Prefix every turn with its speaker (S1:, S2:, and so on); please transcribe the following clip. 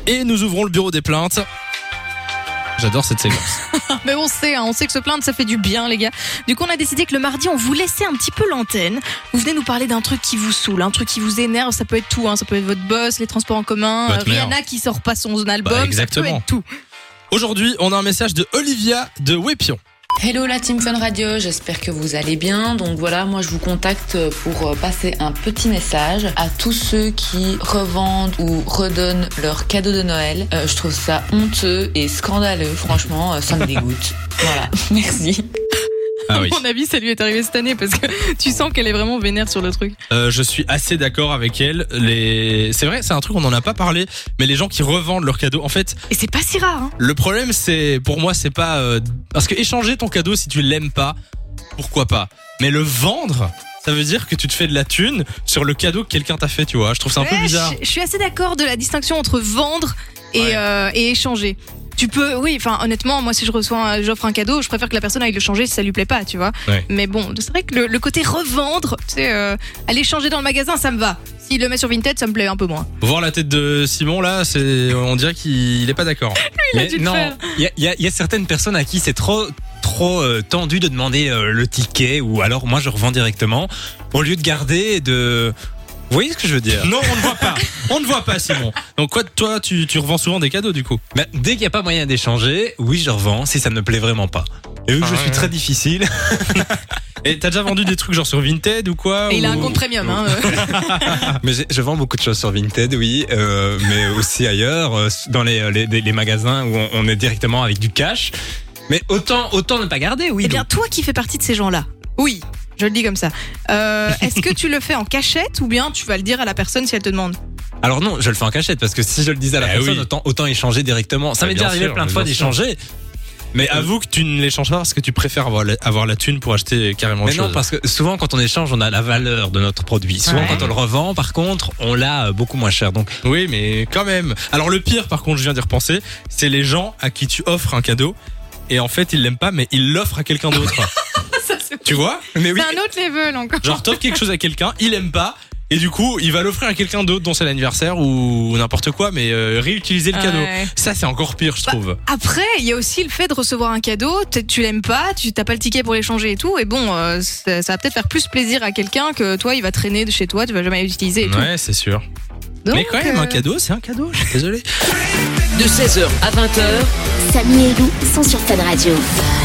S1: Et nous ouvrons le bureau des plaintes. J'adore cette séquence.
S2: Mais on sait que se plaindre, ça fait du bien, les gars. Du coup, on a décidé que le mardi, on vous laissait un petit peu l'antenne. Vous venez nous parler d'un truc qui vous saoule, un truc qui vous énerve. Ça peut être tout, ça peut être votre boss, les transports en commun, Rihanna qui sort pas son album.
S1: Exactement.
S2: Ça peut être tout.
S1: Aujourd'hui, on a un message de Olivia de Wépion.
S3: Hello la Team Fun Radio, j'espère que vous allez bien. Donc voilà, moi je vous contacte pour passer un petit message à tous ceux qui revendent ou redonnent leurs cadeaux de Noël. Je trouve ça honteux et scandaleux, franchement, ça me dégoûte. Voilà, merci.
S1: Ah oui.
S2: À mon avis, ça lui est arrivé cette année parce que tu sens qu'elle est vraiment vénère sur le truc.
S1: Je suis assez d'accord avec elle. C'est vrai, c'est un truc on n'en a pas parlé, mais les gens qui revendent leurs cadeaux, en fait.
S2: Et c'est pas si rare.
S1: Le problème, c'est pour moi, c'est pas parce que échanger ton cadeau si tu l'aimes pas, pourquoi pas. Mais le vendre, ça veut dire que tu te fais de la thune sur le cadeau que quelqu'un t'a fait, tu vois. Je trouve ça un peu bizarre.
S2: Je suis assez d'accord de la distinction entre vendre et échanger. Tu peux, honnêtement, moi si j'offre un cadeau, je préfère que la personne aille le changer si ça lui plaît pas, tu vois.
S1: Ouais.
S2: Mais bon, c'est vrai que le côté revendre, tu sais, aller changer dans le magasin, ça me va. S'il le met sur Vinted, ça me plaît un peu moins.
S1: Voir la tête de Simon là, on dirait qu'il est pas d'accord.
S2: Il a dû le faire.
S4: Il y a certaines personnes à qui c'est trop tendu de demander le ticket, ou alors moi je revends directement au lieu de garder et de... Vous voyez ce que je veux dire?
S1: Non, on ne voit pas. On ne voit pas, Simon. Donc quoi, toi, tu revends souvent des cadeaux du coup?
S4: Dès qu'il n'y a pas moyen d'échanger, oui, je revends si ça ne me plaît vraiment pas. Et vu que je suis très difficile.
S1: Et t'as déjà vendu des trucs genre sur Vinted ou quoi?
S2: Et il a un compte premium,
S4: Mais je vends beaucoup de choses sur Vinted, oui, mais aussi ailleurs, dans les magasins où on est directement avec du cash. Mais autant ne pas garder, oui.
S2: Eh bien, toi qui fais partie de ces gens-là, oui, je le dis comme ça. Est-ce que tu le fais en cachette ou bien tu vas le dire à la personne si elle te demande?
S4: Alors non, je le fais en cachette parce que si je le disais à la personne,
S1: oui.
S4: autant échanger directement. Ça m'est déjà arrivé plein de fois d'échanger.
S1: Mais avoue que tu ne l'échanges pas parce que tu préfères avoir la thune pour acheter carrément autre
S4: chose. Mais non, parce que souvent quand on échange, on a la valeur de notre produit. Souvent quand on le revend, par contre, on l'a beaucoup moins cher. Donc
S1: oui, mais quand même. Alors le pire, par contre, je viens d'y repenser, c'est les gens à qui tu offres un cadeau et en fait ils l'aiment pas, mais ils l'offrent à quelqu'un d'autre. Tu vois?
S2: Mais oui. C'est un autre level encore.
S1: Genre t'offres quelque chose à quelqu'un, il aime pas. Et du coup, il va l'offrir à quelqu'un d'autre dont c'est l'anniversaire ou n'importe quoi, mais réutiliser le cadeau. Ça, c'est encore pire, je trouve.
S2: Après, il y a aussi le fait de recevoir un cadeau, tu l'aimes pas, tu t'as pas le ticket pour l'échanger et tout, et bon, ça va peut-être faire plus plaisir à quelqu'un que toi, il va traîner de chez toi, tu vas jamais l'utiliser et tout.
S1: Ouais, c'est sûr. Donc, mais quand même, un cadeau, c'est un cadeau, je suis désolé.
S5: De 16h à 20h,
S6: Samy et Lou sont sur Fun Radio.